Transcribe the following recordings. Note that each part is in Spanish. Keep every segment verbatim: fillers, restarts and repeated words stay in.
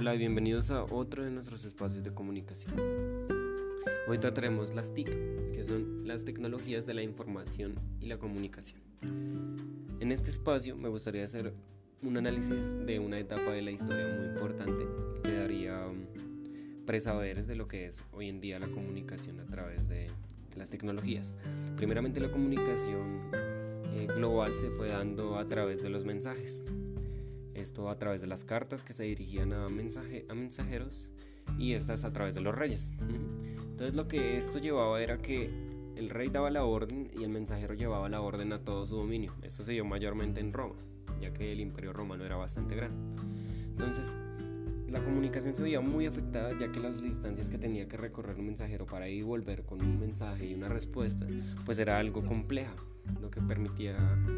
Hola y bienvenidos a otro de nuestros espacios de comunicación. Hoy trataremos las T I C, que son las tecnologías de la información y la comunicación. En este espacio me gustaría hacer un análisis de una etapa de la historia muy importante que daría um, presaberes de lo que es hoy en día la comunicación a través de, de las tecnologías. Primeramente, la comunicación eh, global se fue dando a través de los mensajes. Esto a través de las cartas que se dirigían a, mensaje, a mensajeros y estas a través de los reyes. Entonces lo que esto llevaba era que el rey daba la orden y el mensajero llevaba la orden a todo su dominio. Esto se dio mayormente en Roma, ya que el imperio romano era bastante grande. Entonces la comunicación se veía muy afectada, ya que las distancias que tenía que recorrer un mensajero para ir y volver con un mensaje y una respuesta pues era algo compleja, lo que permitía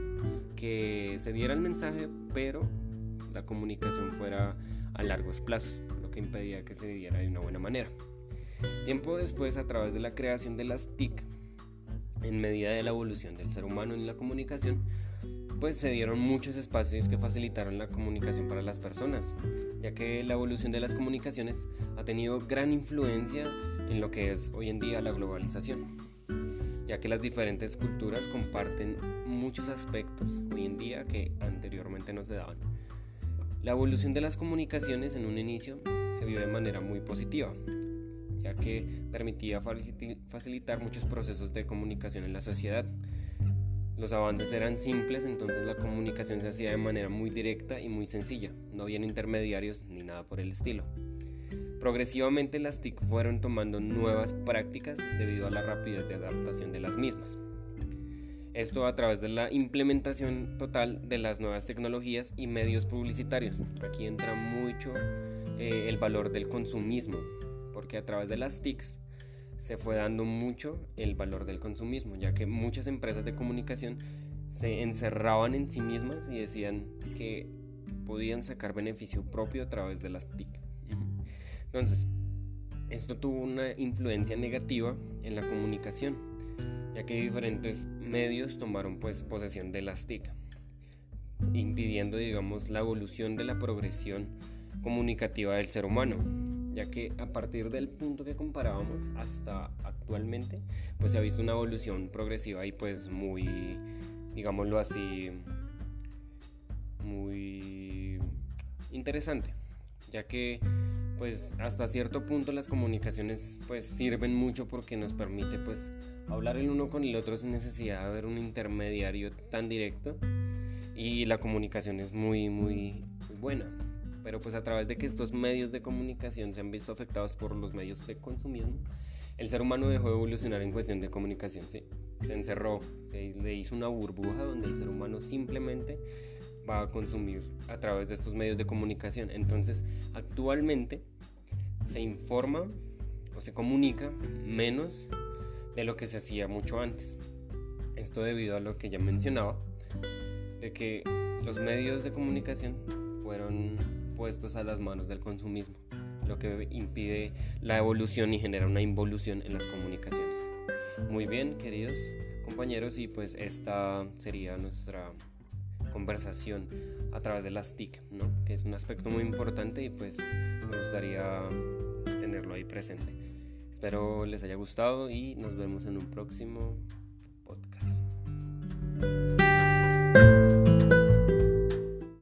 que se diera el mensaje pero la comunicación fuera a largos plazos, lo que impedía que se diera de una buena manera. Tiempo después, a través de la creación de las T I C, en medida de la evolución del ser humano en la comunicación, pues se dieron muchos espacios que facilitaron la comunicación para las personas, ya que la evolución de las comunicaciones ha tenido gran influencia en lo que es hoy en día la globalización, ya que las diferentes culturas comparten muchos aspectos hoy en día que anteriormente no se daban. La evolución de las comunicaciones en un inicio se vio de manera muy positiva, ya que permitía facilitar muchos procesos de comunicación en la sociedad. Los avances eran simples, entonces la comunicación se hacía de manera muy directa y muy sencilla, no había intermediarios ni nada por el estilo. Progresivamente las T I C fueron tomando nuevas prácticas debido a la rapidez de adaptación de las mismas. Esto a través de la implementación total de las nuevas tecnologías y medios publicitarios. Aquí entra mucho eh, el valor del consumismo, porque a través de las T I Cs se fue dando mucho el valor del consumismo, ya que muchas empresas de comunicación se encerraban en sí mismas y decían que podían sacar beneficio propio a través de las T I C. Entonces, esto tuvo una influencia negativa en la comunicación, ya que diferentes medios tomaron pues posesión de las T I C, impidiendo digamos la evolución de la progresión comunicativa del ser humano, ya que a partir del punto que comparábamos hasta actualmente pues se ha visto una evolución progresiva y pues muy, digámoslo así, muy interesante, ya que pues hasta cierto punto las comunicaciones pues sirven mucho porque nos permite pues hablar el uno con el otro sin necesidad de haber un intermediario tan directo, y la comunicación es muy muy, muy buena, pero pues a través de que estos medios de comunicación se han visto afectados por los medios de consumismo, el ser humano dejó de evolucionar en cuestión de comunicación, ¿sí? Se encerró, se le hizo una burbuja donde el ser humano simplemente va a consumir a través de estos medios de comunicación. Entonces actualmente se informa o se comunica menos de lo que se hacía mucho antes. Esto debido a lo que ya mencionaba, de que los medios de comunicación fueron puestos a las manos del consumismo, lo que impide la evolución y genera una involución en las comunicaciones. Muy bien, queridos compañeros, y pues esta sería nuestra conversación a través de las T I C, ¿no? Que es un aspecto muy importante y pues me gustaría tenerlo ahí presente. Espero les haya gustado y nos vemos en un próximo